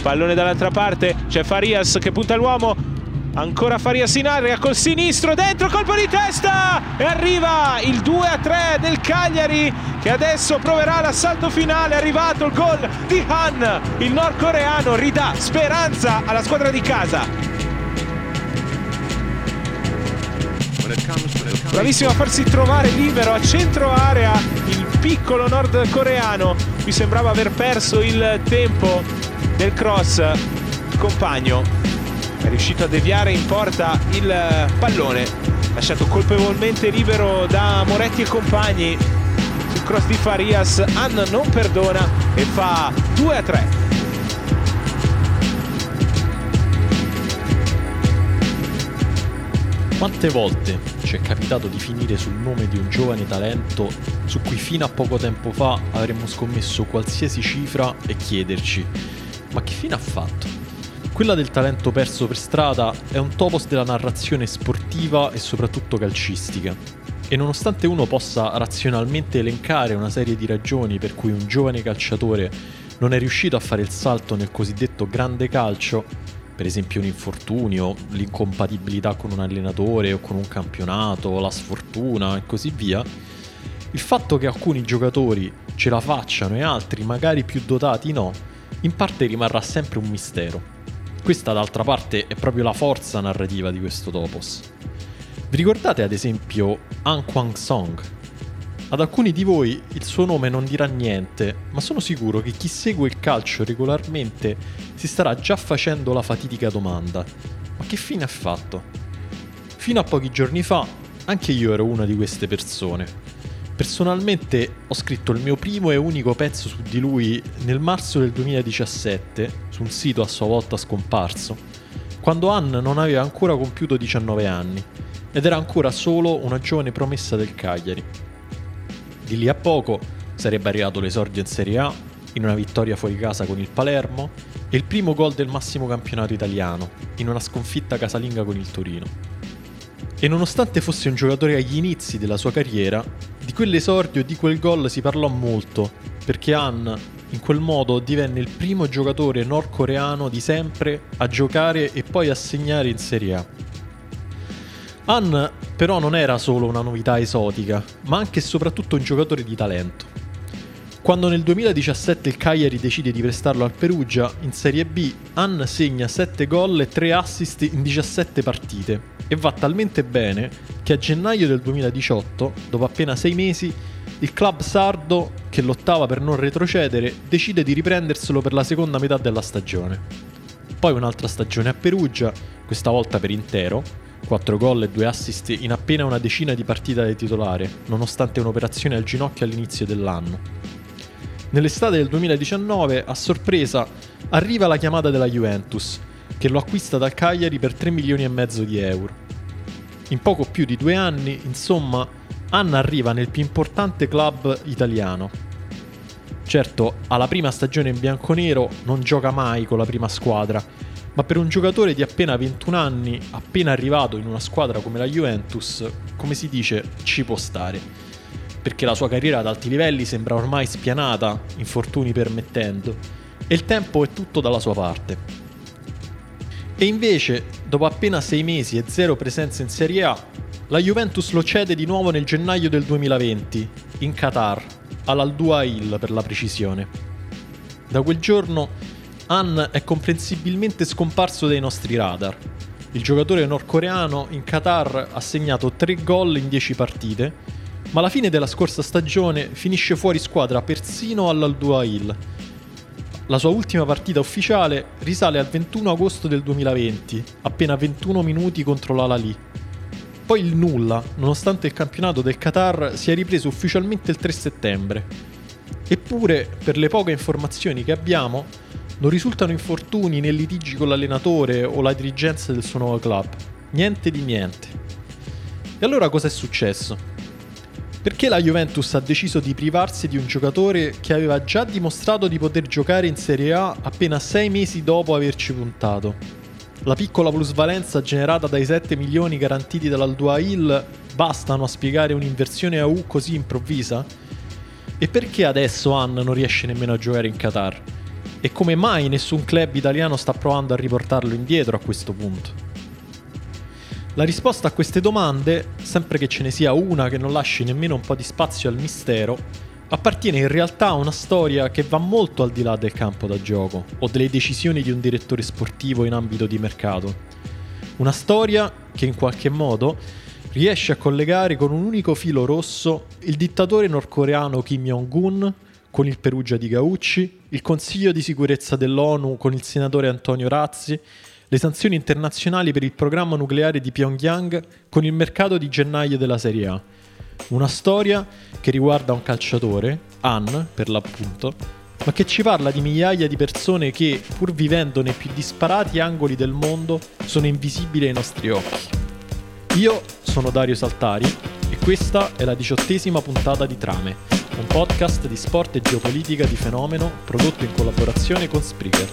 pallone dall'altra parte, c'è Farias che punta l'uomo, ancora Farias in area col sinistro, dentro, colpo di testa e arriva il 2-3 del Cagliari, che adesso proverà l'assalto finale. È arrivato il gol di Han, il nordcoreano ridà speranza alla squadra di casa. Bravissimo a farsi trovare libero a centro area il piccolo nordcoreano, mi sembrava aver perso il tempo del cross. Il compagno è riuscito a deviare in porta il pallone, lasciato colpevolmente libero da Moretti e compagni. Sul cross di Farias Han non perdona e fa 2-3. Quante volte ci è capitato di finire sul nome di un giovane talento su cui fino a poco tempo fa avremmo scommesso qualsiasi cifra e chiederci: ma che fine ha fatto? Quella del talento perso per strada è un topos della narrazione sportiva e soprattutto calcistica. E nonostante uno possa razionalmente elencare una serie di ragioni per cui un giovane calciatore non è riuscito a fare il salto nel cosiddetto grande calcio, per esempio un infortunio, l'incompatibilità con un allenatore o con un campionato, la sfortuna e così via, il fatto che alcuni giocatori ce la facciano e altri, magari più dotati, no, in parte rimarrà sempre un mistero. Questa d'altra parte è proprio la forza narrativa di questo topos. Vi ricordate ad esempio Han Kwang-song? Ad alcuni di voi il suo nome non dirà niente, ma sono sicuro che chi segue il calcio regolarmente si starà già facendo la fatidica domanda: ma che fine ha fatto? Fino a pochi giorni fa anche io ero una di queste persone. Personalmente ho scritto il mio primo e unico pezzo su di lui nel marzo del 2017, su un sito a sua volta scomparso, quando Han non aveva ancora compiuto 19 anni ed era ancora solo una giovane promessa del Cagliari. Di lì a poco sarebbe arrivato l'esordio in Serie A, in una vittoria fuori casa con il Palermo, e il primo gol del massimo campionato italiano, in una sconfitta casalinga con il Torino. E nonostante fosse un giocatore agli inizi della sua carriera, di quell'esordio e di quel gol si parlò molto, perché Han in quel modo divenne il primo giocatore nordcoreano di sempre a giocare e poi a segnare in Serie A. Han però non era solo una novità esotica, ma anche e soprattutto un giocatore di talento. Quando nel 2017 il Cagliari decide di prestarlo al Perugia, in Serie B, Han segna 7 gol e 3 assist in 17 partite e va talmente bene che a gennaio del 2018, dopo appena 6 mesi, il club sardo, che lottava per non retrocedere, decide di riprenderselo per la seconda metà della stagione. Poi un'altra stagione a Perugia, questa volta per intero, 4 gol e 2 assist in appena una decina di partite da titolare, nonostante un'operazione al ginocchio all'inizio dell'anno. Nell'estate del 2019, a sorpresa, arriva la chiamata della Juventus, che lo acquista dal Cagliari per 3 milioni e mezzo di euro. In poco più di 2 anni, insomma, Han arriva nel più importante club italiano. Certo, alla prima stagione in bianconero non gioca mai con la prima squadra, ma per un giocatore di appena 21 anni, appena arrivato in una squadra come la Juventus, come si dice, ci può stare. Perché la sua carriera ad alti livelli sembra ormai spianata, infortuni permettendo, e il tempo è tutto dalla sua parte. E invece, dopo appena 6 mesi e 0 presenze in Serie A, la Juventus lo cede di nuovo nel gennaio del 2020, in Qatar, all'Al Duhail per la precisione. Da quel giorno Han è comprensibilmente scomparso dai nostri radar. Il giocatore nordcoreano in Qatar ha segnato 3 gol in 10 partite, ma alla fine della scorsa stagione finisce fuori squadra persino all'Al Duhail. La sua ultima partita ufficiale risale al 21 agosto del 2020, appena 21 minuti contro l'Al-Ahly. Poi il nulla, nonostante il campionato del Qatar sia ripreso ufficialmente il 3 settembre. Eppure, per le poche informazioni che abbiamo, non risultano infortuni né litigi con l'allenatore o la dirigenza del suo nuovo club. Niente di niente. E allora cosa è successo? Perché la Juventus ha deciso di privarsi di un giocatore che aveva già dimostrato di poter giocare in Serie A appena 6 mesi dopo averci puntato? La piccola plusvalenza generata dai 7 milioni garantiti dall'Al Duhail bastano a spiegare un'inversione a U così improvvisa? E perché adesso Han non riesce nemmeno a giocare in Qatar? E come mai nessun club italiano sta provando a riportarlo indietro a questo punto? La risposta a queste domande, sempre che ce ne sia una che non lasci nemmeno un po' di spazio al mistero, appartiene in realtà a una storia che va molto al di là del campo da gioco o delle decisioni di un direttore sportivo in ambito di mercato. Una storia che in qualche modo riesce a collegare con un unico filo rosso il dittatore nordcoreano Kim Jong-un con il Perugia di Gaucci, il Consiglio di sicurezza dell'ONU con il senatore Antonio Razzi, le sanzioni internazionali per il programma nucleare di Pyongyang con il mercato di gennaio della Serie A. Una storia che riguarda un calciatore, Han per l'appunto, ma che ci parla di migliaia di persone che, pur vivendo nei più disparati angoli del mondo, sono invisibili ai nostri occhi. Io sono Dario Saltari e questa è la 18ª puntata di Trame, un podcast di sport e geopolitica di Fenomeno prodotto in collaborazione con Spreaker.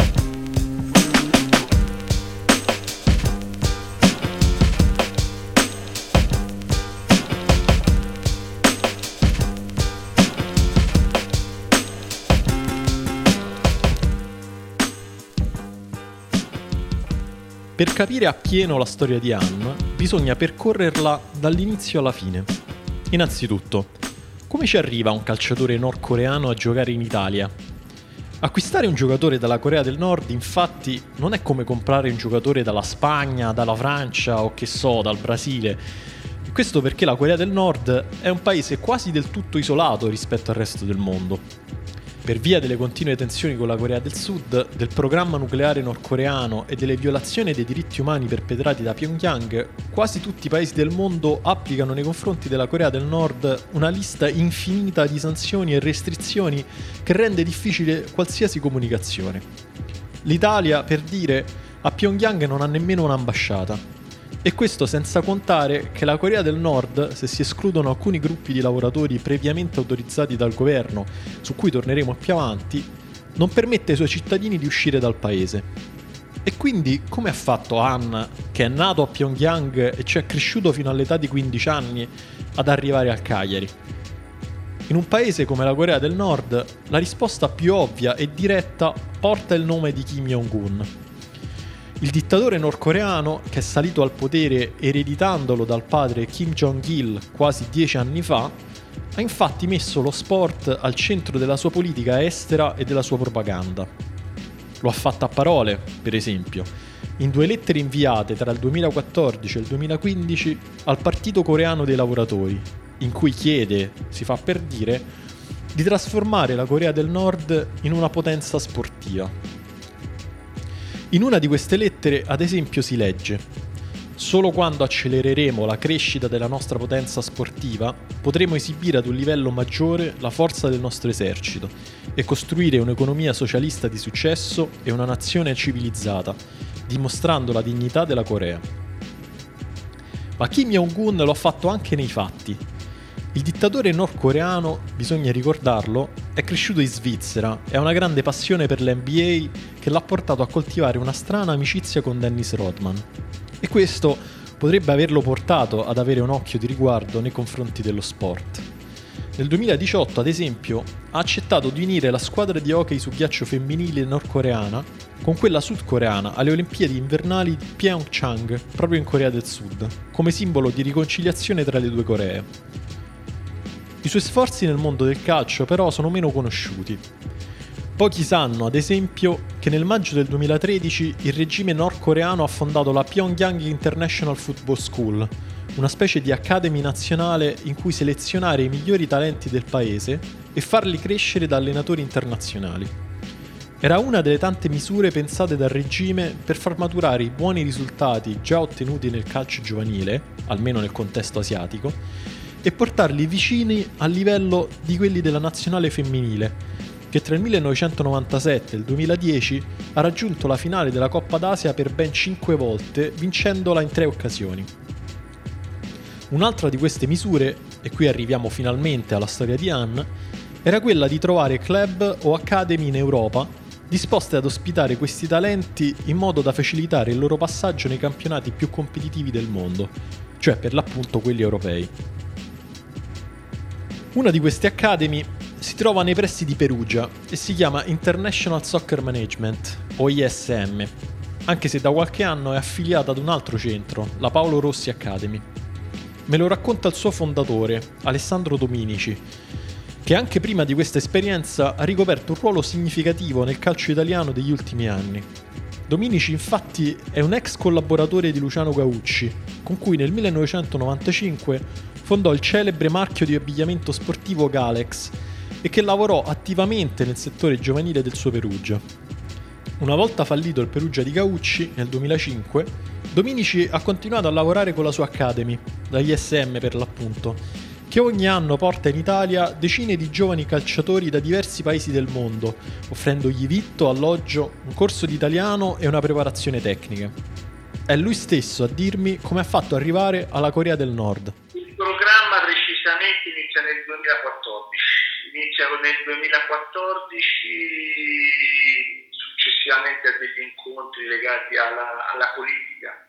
Per capire appieno la storia di Han, bisogna percorrerla dall'inizio alla fine. Innanzitutto, come ci arriva un calciatore nordcoreano a giocare in Italia? Acquistare un giocatore dalla Corea del Nord, infatti, non è come comprare un giocatore dalla Spagna, dalla Francia o che so, dal Brasile. Questo perché la Corea del Nord è un paese quasi del tutto isolato rispetto al resto del mondo. Per via delle continue tensioni con la Corea del Sud, del programma nucleare nordcoreano e delle violazioni dei diritti umani perpetrati da Pyongyang, quasi tutti i paesi del mondo applicano nei confronti della Corea del Nord una lista infinita di sanzioni e restrizioni che rende difficile qualsiasi comunicazione. L'Italia, per dire, a Pyongyang non ha nemmeno un'ambasciata. E questo senza contare che la Corea del Nord, se si escludono alcuni gruppi di lavoratori previamente autorizzati dal governo, su cui torneremo più avanti, non permette ai suoi cittadini di uscire dal paese. E quindi come ha fatto Han, che è nato a Pyongyang e ci è cresciuto fino all'età di 15 anni, ad arrivare al Cagliari? In un paese come la Corea del Nord, la risposta più ovvia e diretta porta il nome di Kim Jong-un. Il dittatore nordcoreano, che è salito al potere ereditandolo dal padre Kim Jong-il quasi 10 anni fa, ha infatti messo lo sport al centro della sua politica estera e della sua propaganda. Lo ha fatto a parole, per esempio, in 2 lettere inviate tra il 2014 e il 2015 al Partito Coreano dei Lavoratori, in cui chiede, si fa per dire, di trasformare la Corea del Nord in una potenza sportiva. In una di queste lettere, ad esempio, si legge: «Solo quando accelereremo la crescita della nostra potenza sportiva potremo esibire ad un livello maggiore la forza del nostro esercito e costruire un'economia socialista di successo e una nazione civilizzata, dimostrando la dignità della Corea». Ma Kim Jong-un lo ha fatto anche nei fatti. Il dittatore nordcoreano, bisogna ricordarlo, è cresciuto in Svizzera e ha una grande passione per l'NBA che l'ha portato a coltivare una strana amicizia con Dennis Rodman. E questo potrebbe averlo portato ad avere un occhio di riguardo nei confronti dello sport. Nel 2018, ad esempio, ha accettato di unire la squadra di hockey su ghiaccio femminile nordcoreana con quella sudcoreana alle Olimpiadi invernali di Pyeongchang, proprio in Corea del Sud, come simbolo di riconciliazione tra le due Coree. I suoi sforzi nel mondo del calcio però sono meno conosciuti. Pochi sanno, ad esempio, che nel maggio del 2013 il regime nordcoreano ha fondato la Pyongyang International Football School, una specie di academy nazionale in cui selezionare i migliori talenti del paese e farli crescere da allenatori internazionali. Era una delle tante misure pensate dal regime per far maturare i buoni risultati già ottenuti nel calcio giovanile, almeno nel contesto asiatico, e portarli vicini al livello di quelli della nazionale femminile, che tra il 1997 e il 2010 ha raggiunto la finale della Coppa d'Asia per ben 5 volte, vincendola in 3 occasioni. Un'altra di queste misure, e qui arriviamo finalmente alla storia di Han, era quella di trovare club o academy in Europa disposte ad ospitare questi talenti in modo da facilitare il loro passaggio nei campionati più competitivi del mondo, cioè per l'appunto quelli europei. Una di queste academy si trova nei pressi di Perugia e si chiama International Soccer Management, o ISM, anche se da qualche anno è affiliata ad un altro centro, la Paolo Rossi Academy. Me lo racconta il suo fondatore, Alessandro Dominici, che anche prima di questa esperienza ha ricoperto un ruolo significativo nel calcio italiano degli ultimi anni. Dominici infatti è un ex collaboratore di Luciano Gaucci, con cui nel 1995 fondò il celebre marchio di abbigliamento sportivo Galex e che lavorò attivamente nel settore giovanile del suo Perugia. Una volta fallito il Perugia di Gaucci, nel 2005, Dominici ha continuato a lavorare con la sua Academy, la ISM per l'appunto, che ogni anno porta in Italia decine di giovani calciatori da diversi paesi del mondo, offrendogli vitto, alloggio, un corso di italiano e una preparazione tecnica. È lui stesso a dirmi come ha fatto arrivare alla Corea del Nord. Il programma precisamente inizia nel 2014. Inizia nel 2014 successivamente a degli incontri legati alla politica,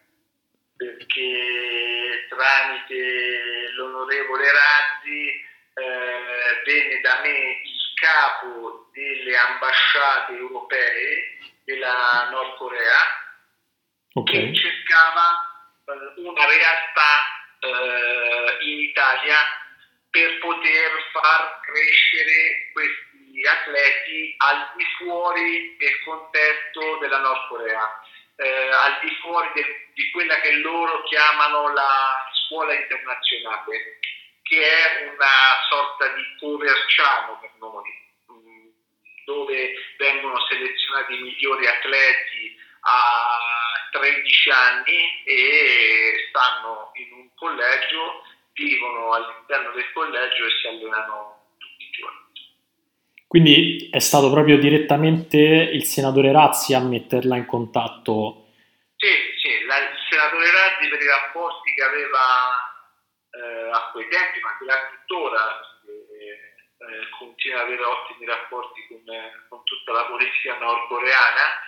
perché tramite l'onorevole Razzi venne da me il capo delle ambasciate europee della Nord Corea, che cercava una realtà in Italia per poter far crescere questi atleti al di fuori del contesto della Nord Corea. Al di fuori di quella che loro chiamano la scuola internazionale, che è una sorta di Coverciano per noi, dove vengono selezionati i migliori atleti a 13 anni e stanno in un collegio, vivono all'interno del collegio e si allenano tutti i giorni. Quindi è stato proprio direttamente il senatore Razzi a metterla in contatto? Sì, il senatore Razzi, per i rapporti che aveva a quei tempi, ma che ha tuttora, continua ad avere ottimi rapporti con tutta la politica nordcoreana,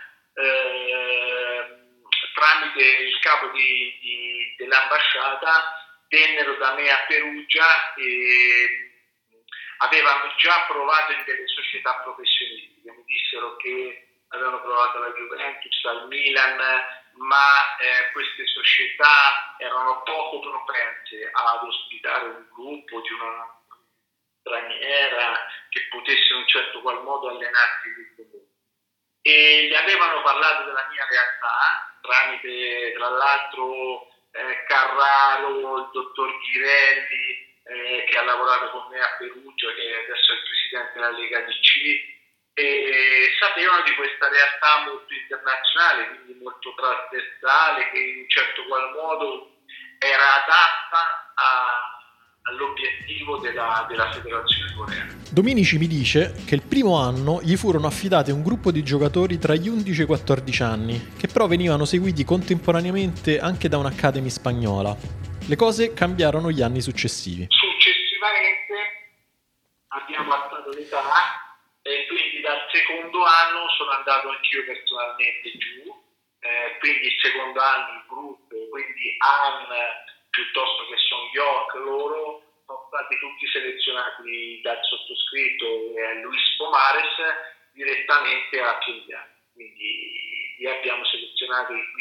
tramite il capo dell'ambasciata vennero da me a Perugia e avevano già provato in delle società professionistiche. Mi dissero che avevano provato alla Juventus, al Milan, ma queste società erano poco propense ad ospitare un gruppo di una straniera che potesse in un certo qual modo allenarsi in comune. E gli avevano parlato della mia realtà tramite, tra l'altro, Carraro, il dottor Ghirelli, che ha lavorato con me a Perugia, che adesso è il presidente della Lega DC, e sapevano di questa realtà molto internazionale, quindi molto trasversale, che in un certo qual modo era adatta all'obiettivo della Federazione Coreana. Dominici mi dice che il primo anno gli furono affidati un gruppo di giocatori tra gli 11 e i 14 anni, che però venivano seguiti contemporaneamente anche da un'academy spagnola. Le cose cambiarono gli anni successivi. Successivamente abbiamo alzato l'età e quindi dal secondo anno sono andato anch'io personalmente giù, quindi il secondo anno il gruppo, quindi Han piuttosto che Song York, loro sono stati tutti selezionati dal sottoscritto Luis Pomares direttamente a Pyongyang, quindi lì abbiamo selezionato i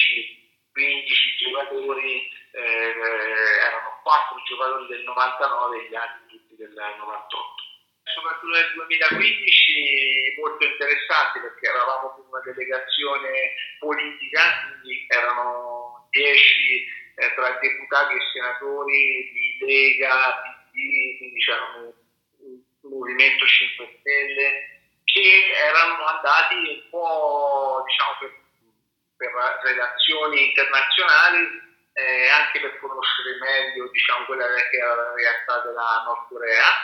15 giocatori, erano 4 giocatori del 99 e gli altri tutti del 98. Soprattutto nel 2015 molto interessante, perché eravamo con una delegazione politica, quindi erano 10 tra deputati e senatori di Lega, PD, quindi c'era un Movimento 5 Stelle, che erano andati un po', diciamo, per relazioni internazionali, anche per conoscere meglio, diciamo, quella che era la realtà della Nord Corea,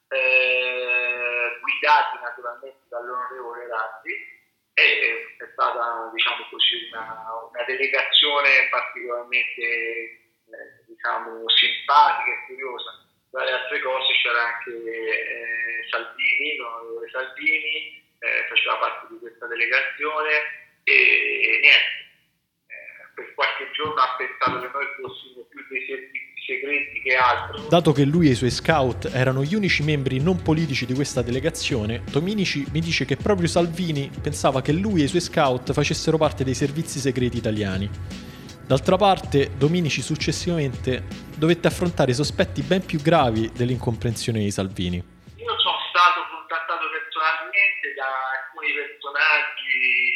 guidati naturalmente dall'onorevole Razzi. È stata, diciamo così, una delegazione particolarmente diciamo simpatica e curiosa. Tra le altre cose c'era anche Salvini, l'onorevole Salvini, faceva parte di questa delegazione e niente, per qualche giorno ha pensato che noi fossimo più dei segreti che altro. Dato che lui e i suoi scout erano gli unici membri non politici di questa delegazione, Dominici mi dice che proprio Salvini pensava che lui e i suoi scout facessero parte dei servizi segreti italiani. D'altra parte, Dominici successivamente dovette affrontare sospetti ben più gravi dell'incomprensione di Salvini. Io sono stato contattato personalmente da alcuni personaggi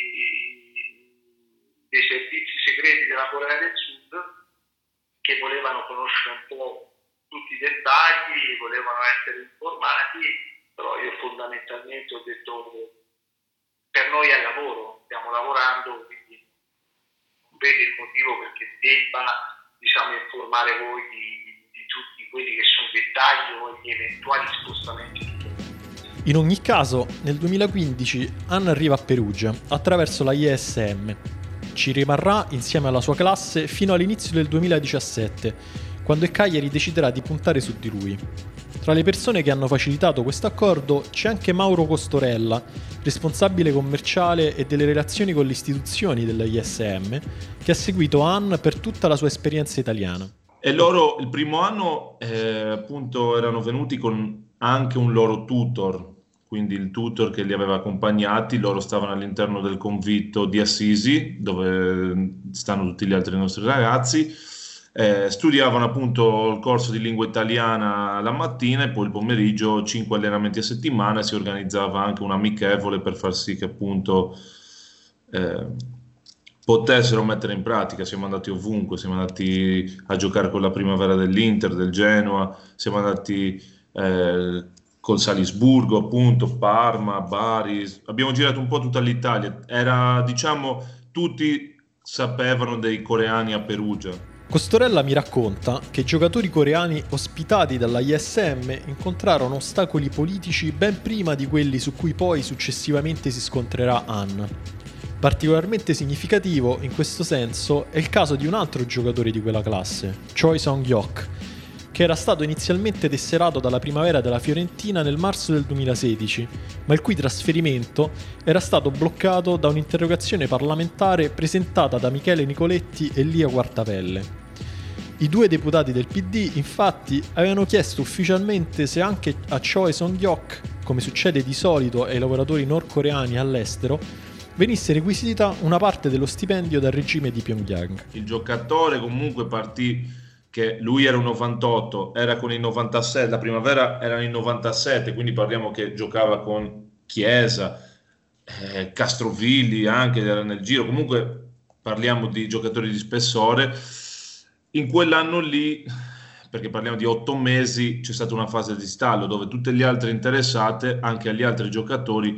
dei servizi segreti della Corea del Sud che volevano conoscere un po' tutti i dettagli, volevano essere informati, però io fondamentalmente ho detto per noi è lavoro, stiamo lavorando, quindi non vedo il motivo perché debba informare voi di tutti quelli che sono i dettagli o gli eventuali spostamenti. In ogni caso, nel 2015 Anne arriva a Perugia attraverso la ISM. Ci rimarrà insieme alla sua classe fino all'inizio del 2017, quando Cagliari deciderà di puntare su di lui. Tra le persone che hanno facilitato questo accordo c'è anche Mauro Costorella, responsabile commerciale e delle relazioni con le istituzioni della ISM, che ha seguito Anne per tutta la sua esperienza italiana. E loro il primo anno appunto erano venuti con anche un loro tutor, quindi il tutor che li aveva accompagnati. Loro stavano all'interno del convitto di Assisi, dove stanno tutti gli altri nostri ragazzi, studiavano appunto il corso di lingua italiana la mattina e poi il pomeriggio 5 allenamenti a settimana. Si organizzava anche un amichevole per far sì che appunto potessero mettere in pratica. Siamo andati ovunque, siamo andati a giocare con la primavera dell'Inter, del Genoa, siamo andati col Salisburgo, appunto, Parma, Bari, abbiamo girato un po' tutta l'Italia. Era, tutti sapevano dei coreani a Perugia. Costorella mi racconta che i giocatori coreani ospitati dalla ISM incontrarono ostacoli politici ben prima di quelli su cui poi successivamente si scontrerà Anne. Particolarmente significativo in questo senso è il caso di un altro giocatore di quella classe, Choi Song-hyok, che era stato inizialmente tesserato dalla primavera della Fiorentina nel marzo del 2016, ma il cui trasferimento era stato bloccato da un'interrogazione parlamentare presentata da Michele Nicoletti e Lia Quartapelle. I due deputati del PD, infatti, avevano chiesto ufficialmente se anche a Choi Song-hyok, come succede di solito ai lavoratori nordcoreani all'estero, venisse requisita una parte dello stipendio dal regime di Pyongyang. Il giocatore comunque partì che lui era un 98, era con il 97, la primavera era il 97, quindi parliamo che giocava con Chiesa, Castrovilli anche era nel giro, comunque parliamo di giocatori di spessore. In quell'anno lì, perché parliamo di 8 mesi, c'è stata una fase di stallo dove tutte le altre interessate, anche agli altri giocatori,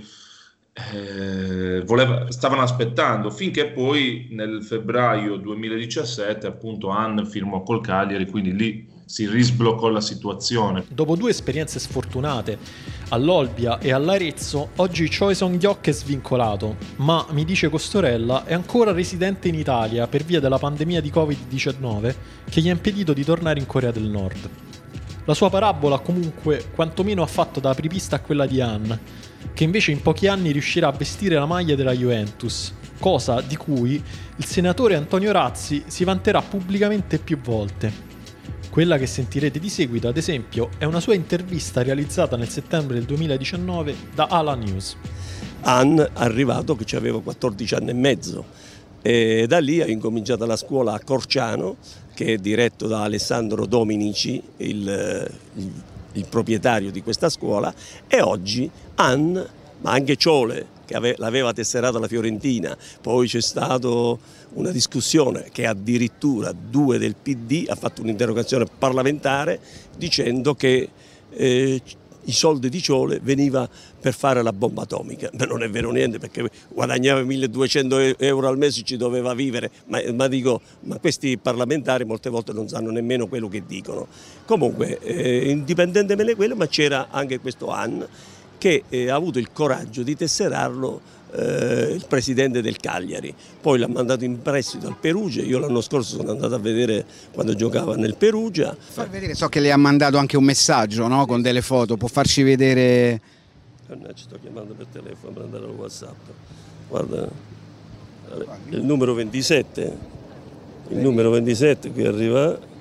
stavano aspettando, finché poi nel febbraio 2017 appunto Anne firmò col Cagliari, quindi lì si risbloccò la situazione. Dopo 2 esperienze sfortunate all'Olbia e all'Arezzo, oggi Choi Song-hyok è svincolato, ma, mi dice Costorella, è ancora residente in Italia per via della pandemia di Covid-19 che gli ha impedito di tornare in Corea del Nord. La sua parabola comunque quantomeno ha fatto da apripista a quella di Anne, che invece in pochi anni riuscirà a vestire la maglia della Juventus, cosa di cui il senatore Antonio Razzi si vanterà pubblicamente più volte. Quella che sentirete di seguito, ad esempio, è una sua intervista realizzata nel settembre del 2019 da Ala News. Anne, arrivato che aveva 14 anni e mezzo, e da lì ha incominciato la scuola a Corciano, che è diretto da Alessandro Dominici, il proprietario di questa scuola, e oggi Anne, ma anche Ciole, che l'aveva tesserato alla Fiorentina, poi c'è stata una discussione che addirittura 2 del PD ha fatto un'interrogazione parlamentare dicendo che i soldi di Ciole veniva per fare la bomba atomica, ma non è vero niente, perché guadagnava 1.200 euro al mese, ci doveva vivere, ma questi parlamentari molte volte non sanno nemmeno quello che dicono. Comunque, indipendentemente da quello, ma c'era anche questo Anne che ha avuto il coraggio di tesserarlo il presidente del Cagliari, poi l'ha mandato in prestito al Perugia. Io l'anno scorso sono andato a vedere quando giocava nel Perugia. Far vedere, so che le ha mandato anche un messaggio, no? Con delle foto, può farci vedere? Ci sto chiamando per telefono, per mandare un WhatsApp. Guarda, il numero 27, qui arriva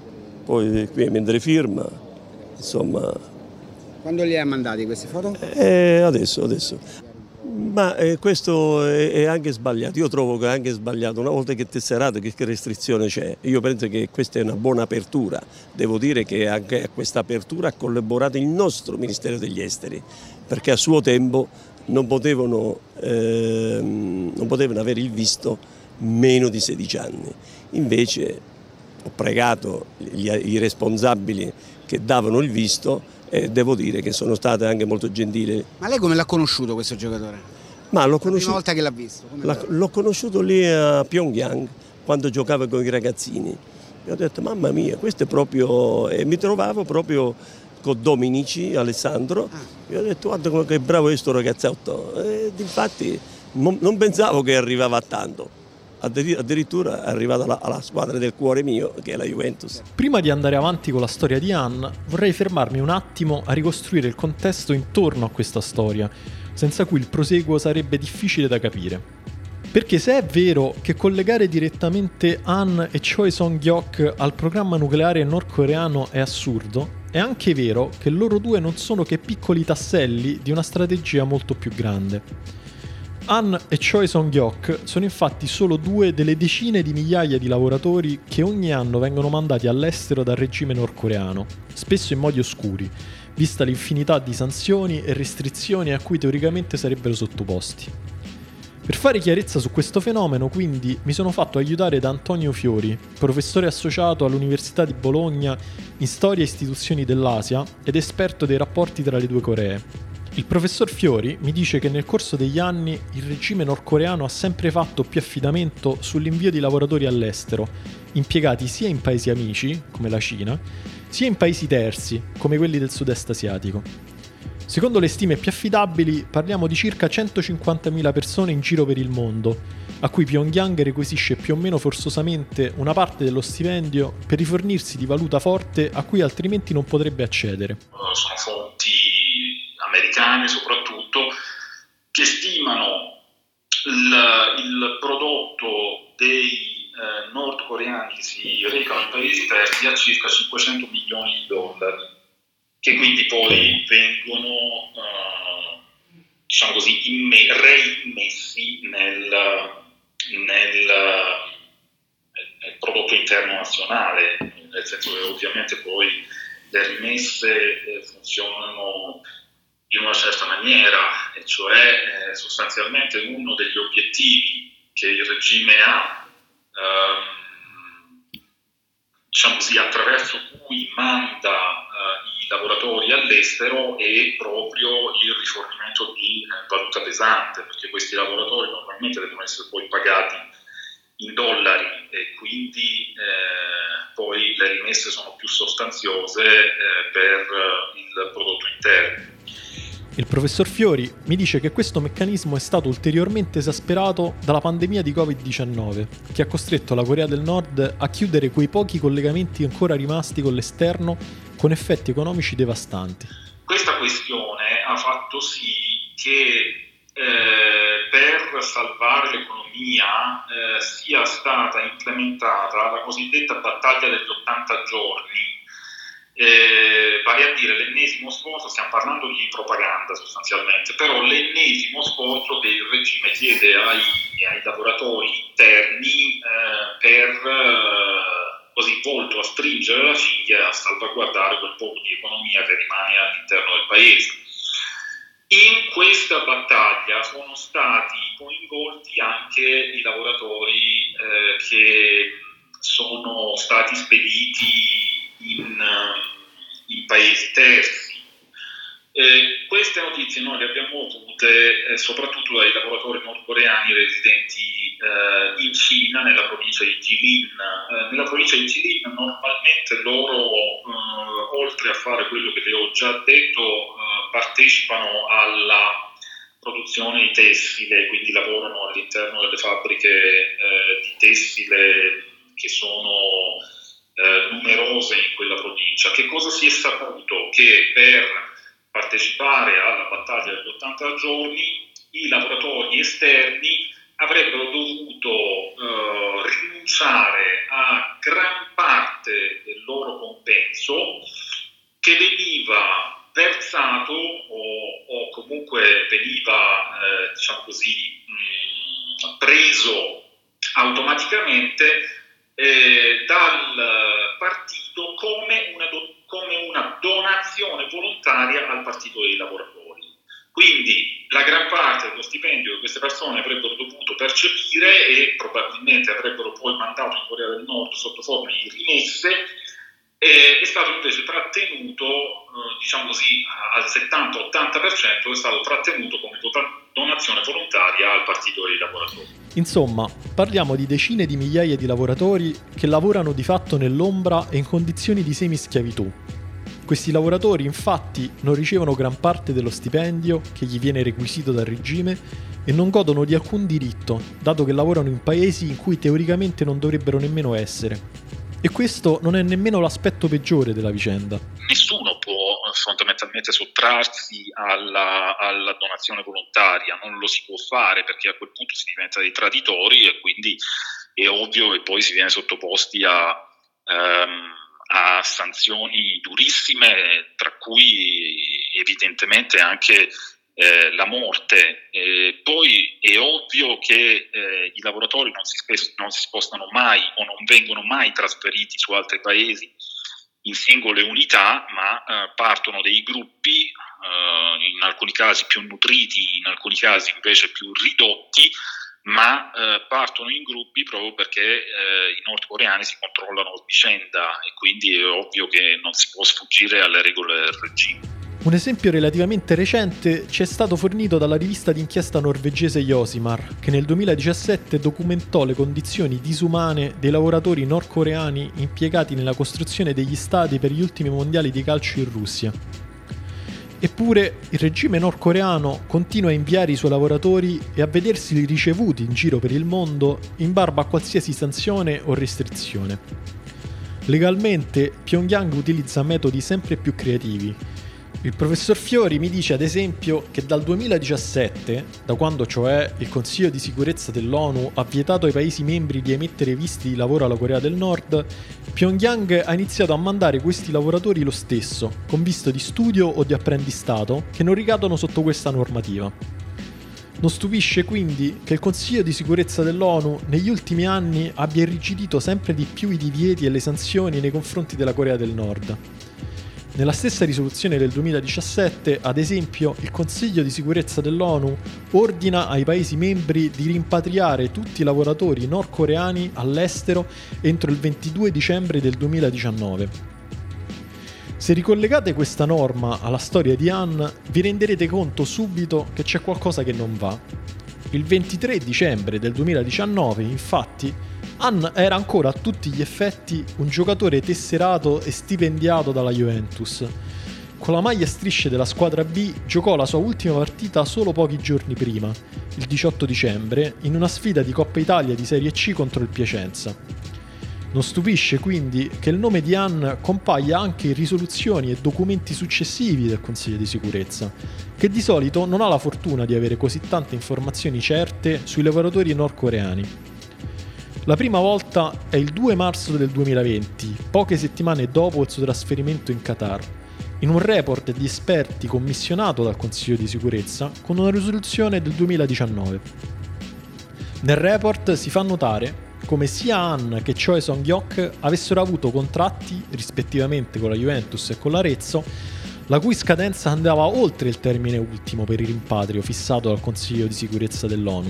poi qui mentre firma, insomma. Quando li hai mandati queste foto? Adesso. Ma questo è anche sbagliato, io trovo che è anche sbagliato, una volta che è tesserato che restrizione c'è? Io penso che questa è una buona apertura, devo dire che anche a questa apertura ha collaborato il nostro Ministero degli Esteri, perché a suo tempo non potevano avere il visto meno di 16 anni, invece ho pregato i responsabili che davano il visto e devo dire che sono state anche molto gentili. Ma lei come l'ha conosciuto questo giocatore? Ma La prima volta che l'ha visto? L'ho conosciuto lì a Pyongyang quando giocava con i ragazzini. E ho detto mamma mia, questo è proprio. E mi trovavo proprio con Dominici, Alessandro. E ho detto guarda che bravo è questo ragazzotto. E infatti non pensavo che arrivava a tanto. Addirittura è arrivata alla squadra del cuore mio, che è la Juventus. Prima di andare avanti con la storia di Anne, vorrei fermarmi un attimo a ricostruire il contesto intorno a questa storia, senza cui il proseguo sarebbe difficile da capire. Perché se è vero che collegare direttamente Anne e Choi Song-hyok al programma nucleare nordcoreano è assurdo, è anche vero che loro due non sono che piccoli tasselli di una strategia molto più grande. Anne e Choi Song-hyok sono infatti solo due delle decine di migliaia di lavoratori che ogni anno vengono mandati all'estero dal regime nordcoreano, spesso in modi oscuri, vista l'infinità di sanzioni e restrizioni a cui teoricamente sarebbero sottoposti. Per fare chiarezza su questo fenomeno, quindi, mi sono fatto aiutare da Antonio Fiori, professore associato all'Università di Bologna in Storia e Istituzioni dell'Asia ed esperto dei rapporti tra le due Coree. Il professor Fiori mi dice che nel corso degli anni il regime nordcoreano ha sempre fatto più affidamento sull'invio di lavoratori all'estero, impiegati sia in paesi amici, come la Cina, sia in paesi terzi, come quelli del sud-est asiatico. Secondo le stime più affidabili parliamo di circa 150.000 persone in giro per il mondo, a cui Pyongyang requisisce più o meno forzosamente una parte dello stipendio per rifornirsi di valuta forte a cui altrimenti non potrebbe accedere. Sono fonti americane soprattutto, che stimano il prodotto dei nordcoreani che si recano in paesi terzi a circa 500 milioni di dollari, che quindi poi vengono, diciamo così, reimmessi nel prodotto interno nazionale, nel senso che ovviamente poi le rimesse funzionano in una certa maniera, e cioè sostanzialmente uno degli obiettivi che il regime ha, diciamo così, attraverso cui manda i lavoratori all'estero è proprio il rifornimento di valuta pesante, perché questi lavoratori normalmente devono essere poi pagati in dollari e quindi poi le rimesse sono più sostanziose per il prodotto interno. Il professor Fiori mi dice che questo meccanismo è stato ulteriormente esasperato dalla pandemia di Covid-19, che ha costretto la Corea del Nord a chiudere quei pochi collegamenti ancora rimasti con l'esterno, con effetti economici devastanti. Questa questione ha fatto sì che per salvare l'economia sia stata implementata la cosiddetta battaglia degli 80 giorni, vale a dire l'ennesimo sforzo, stiamo parlando di propaganda sostanzialmente, però l'ennesimo sforzo che il regime chiede ai lavoratori interni così volto a stringere la cinghia e a salvaguardare quel poco di economia che rimane all'interno del paese. In questa battaglia sono stati coinvolti anche i lavoratori che sono stati spediti in paesi terzi. Queste notizie noi le abbiamo avute soprattutto dai lavoratori nordcoreani residenti in Cina, nella provincia di Jilin. Nella provincia di Jilin normalmente loro, oltre a fare quello che vi ho già detto, partecipano alla produzione di tessile, quindi lavorano all'interno delle fabbriche di tessile che sono numerose in quella provincia. Che cosa si è saputo? Che per partecipare alla battaglia degli 80 giorni i lavoratori esterni avrebbero dovuto rinunciare a gran parte del loro preso automaticamente dal partito come una donazione volontaria al partito dei lavoratori. Quindi la gran parte dello stipendio che queste persone avrebbero dovuto percepire e probabilmente avrebbero poi mandato in Corea del Nord sotto forma di rimesse è stato invece trattenuto, diciamo così, al 70-80% è stato trattenuto come donazione volontaria al partito dei lavoratori. Insomma, parliamo di decine di migliaia di lavoratori che lavorano di fatto nell'ombra e in condizioni di semischiavitù. Questi lavoratori infatti non ricevono gran parte dello stipendio che gli viene requisito dal regime e non godono di alcun diritto, dato che lavorano in paesi in cui teoricamente non dovrebbero nemmeno essere. E questo non è nemmeno l'aspetto peggiore della vicenda. Nessuno può fondamentalmente sottrarsi alla donazione volontaria, non lo si può fare perché a quel punto si diventa dei traditori e quindi è ovvio che poi si viene sottoposti a sanzioni durissime, tra cui evidentemente anche la morte. Poi è ovvio che i lavoratori non si spostano mai o non vengono mai trasferiti su altri paesi in singole unità, ma partono dei gruppi, in alcuni casi più nutriti, in alcuni casi invece più ridotti, ma partono in gruppi proprio perché i nordcoreani si controllano a vicenda e quindi è ovvio che non si può sfuggire alle regole del regime. Un esempio relativamente recente ci è stato fornito dalla rivista d'inchiesta norvegese Josimar, che nel 2017 documentò le condizioni disumane dei lavoratori nordcoreani impiegati nella costruzione degli stadi per gli ultimi mondiali di calcio in Russia. Eppure il regime nordcoreano continua a inviare i suoi lavoratori e a vederseli ricevuti in giro per il mondo in barba a qualsiasi sanzione o restrizione. Legalmente Pyongyang utilizza metodi sempre più creativi. Il professor Fiori mi dice ad esempio che dal 2017, da quando cioè il Consiglio di sicurezza dell'ONU ha vietato ai paesi membri di emettere visti di lavoro alla Corea del Nord, Pyongyang ha iniziato a mandare questi lavoratori lo stesso, con visto di studio o di apprendistato, che non ricadono sotto questa normativa. Non stupisce quindi che il Consiglio di sicurezza dell'ONU negli ultimi anni abbia irrigidito sempre di più i divieti e le sanzioni nei confronti della Corea del Nord. Nella stessa risoluzione del 2017, ad esempio, il Consiglio di sicurezza dell'ONU ordina ai Paesi membri di rimpatriare tutti i lavoratori nordcoreani all'estero entro il 22 dicembre del 2019. Se ricollegate questa norma alla storia di Han, vi renderete conto subito che c'è qualcosa che non va. Il 23 dicembre del 2019, infatti, Han era ancora a tutti gli effetti un giocatore tesserato e stipendiato dalla Juventus. Con la maglia a strisce della squadra B giocò la sua ultima partita solo pochi giorni prima, il 18 dicembre, in una sfida di Coppa Italia di Serie C contro il Piacenza. Non stupisce quindi che il nome di Han compaia anche in risoluzioni e documenti successivi del Consiglio di sicurezza, che di solito non ha la fortuna di avere così tante informazioni certe sui lavoratori nordcoreani. La prima volta è il 2 marzo del 2020, poche settimane dopo il suo trasferimento in Qatar, in un report di esperti commissionato dal Consiglio di sicurezza con una risoluzione del 2019. Nel report si fa notare come sia Han che Choi Song-hyok avessero avuto contratti, rispettivamente con la Juventus e con l'Arezzo, la cui scadenza andava oltre il termine ultimo per il rimpatrio fissato dal Consiglio di sicurezza dell'ONU.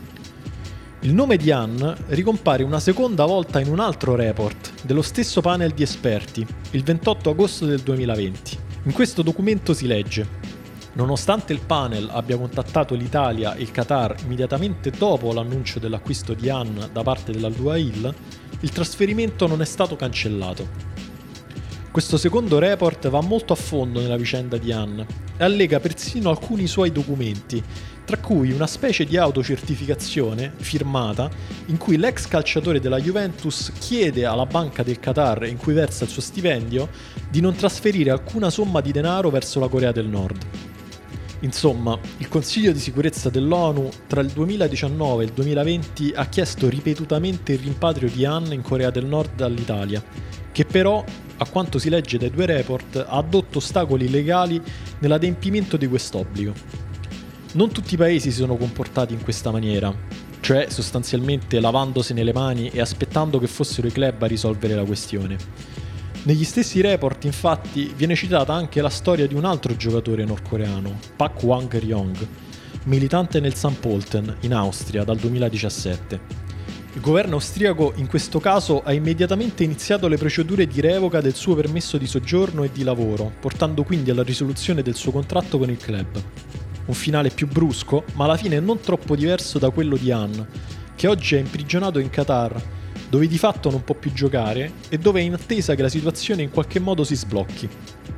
Il nome di Han ricompare una seconda volta in un altro report dello stesso panel di esperti, il 28 agosto del 2020. In questo documento si legge: nonostante il panel abbia contattato l'Italia e il Qatar immediatamente dopo l'annuncio dell'acquisto di Han da parte dell'Al-Duhail, il trasferimento non è stato cancellato. Questo secondo report va molto a fondo nella vicenda di Han e allega persino alcuni suoi documenti, tra cui una specie di autocertificazione firmata in cui l'ex calciatore della Juventus chiede alla banca del Qatar in cui versa il suo stipendio di non trasferire alcuna somma di denaro verso la Corea del Nord. Insomma, il Consiglio di sicurezza dell'ONU tra il 2019 e il 2020 ha chiesto ripetutamente il rimpatrio di Han in Corea del Nord dall'Italia, che però, a quanto si legge dai due report, ha addotto ostacoli legali nell'adempimento di quest'obbligo. Non tutti i paesi si sono comportati in questa maniera. cioè sostanzialmente lavandosene le mani e aspettando che fossero i club a risolvere la questione. Negli stessi report, infatti, viene citata anche la storia di un altro giocatore nordcoreano, Pak Hwang-ryong, militante nel St. Pölten, in Austria, dal 2017. Il governo austriaco in questo caso ha immediatamente iniziato le procedure di revoca del suo permesso di soggiorno e di lavoro, portando quindi alla risoluzione del suo contratto con il club. Un finale più brusco, ma alla fine non troppo diverso da quello di Han, che oggi è imprigionato in Qatar, dove di fatto non può più giocare e dove è in attesa che la situazione in qualche modo si sblocchi.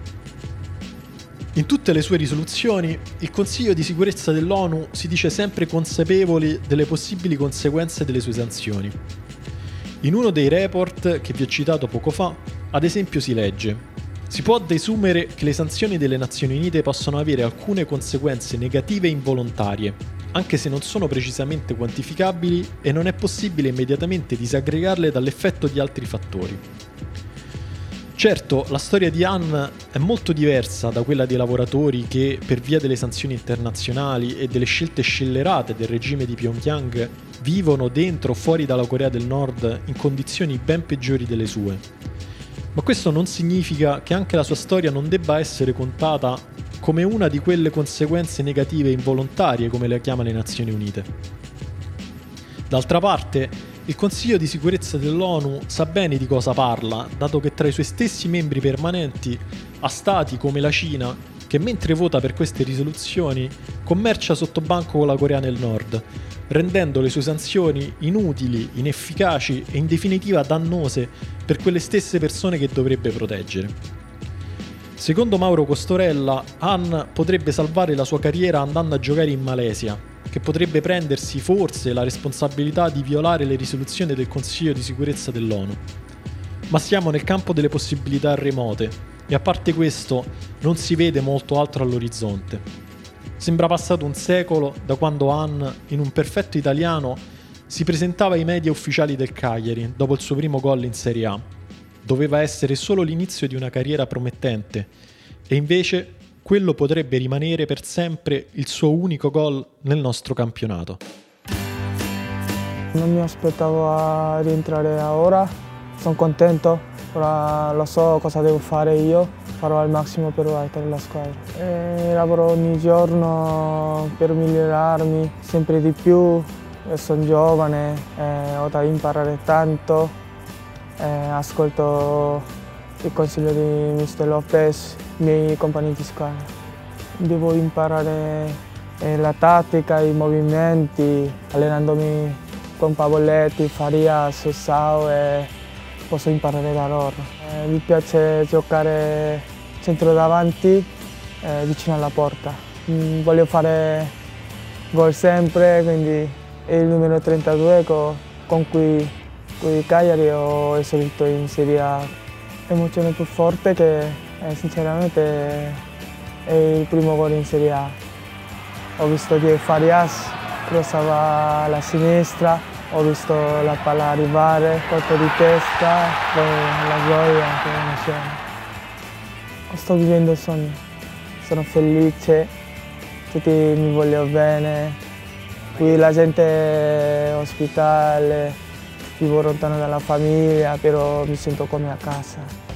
In tutte le sue risoluzioni, il Consiglio di sicurezza dell'ONU si dice sempre consapevole delle possibili conseguenze delle sue sanzioni. In uno dei report che vi ho citato poco fa, ad esempio si legge: si può desumere che le sanzioni delle Nazioni Unite possono avere alcune conseguenze negative involontarie, anche se non sono precisamente quantificabili e non è possibile immediatamente disaggregarle dall'effetto di altri fattori. Certo, la storia di Han è molto diversa da quella dei lavoratori che, per via delle sanzioni internazionali e delle scelte scellerate del regime di Pyongyang, vivono dentro o fuori dalla Corea del Nord in condizioni ben peggiori delle sue. Ma questo non significa che anche la sua storia non debba essere contata come una di quelle conseguenze negative involontarie, come le chiama le Nazioni Unite. D'altra parte, il Consiglio di sicurezza dell'ONU sa bene di cosa parla, dato che tra i suoi stessi membri permanenti ha stati come la Cina, che mentre vota per queste risoluzioni commercia sotto banco con la Corea del Nord, rendendo le sue sanzioni inutili, inefficaci e in definitiva dannose per quelle stesse persone che dovrebbe proteggere. Secondo Mauro Costorella, Han potrebbe salvare la sua carriera andando a giocare in Malesia, che potrebbe prendersi forse la responsabilità di violare le risoluzioni del Consiglio di sicurezza dell'ONU. Ma siamo nel campo delle possibilità remote e a parte questo non si vede molto altro all'orizzonte. Sembra passato un secolo da quando Han, in un perfetto italiano, si presentava ai media ufficiali del Cagliari dopo il suo primo gol in Serie A. Doveva essere solo l'inizio di una carriera promettente e invece quello potrebbe rimanere per sempre il suo unico gol nel nostro campionato. Non mi aspettavo a rientrare ora, sono contento, ora lo so cosa devo fare io, farò al massimo per aiutare la squadra. Lavoro ogni giorno per migliorarmi sempre di più, sono giovane, ho da imparare tanto, ascolto il consiglio di Mr. Lopez, i miei compagni di squadra. Devo imparare la tattica, i movimenti, allenandomi con Pavoletti, Farias, Sao e posso imparare da loro. Mi piace giocare centro davanti, vicino alla porta. Voglio fare gol sempre, quindi è il numero 32 con cui Cagliari ho eseguito in Serie A. L'emozione più forte che sinceramente è il primo gol in Serie A. Ho visto che Farias crossava alla sinistra, ho visto la palla arrivare, colpo di testa, poi la gioia, l'emozione. Sto vivendo il sogno, sono felice, tutti mi vogliono bene, qui la gente è ospitale, vivo lontano dalla famiglia, però mi sento come a casa.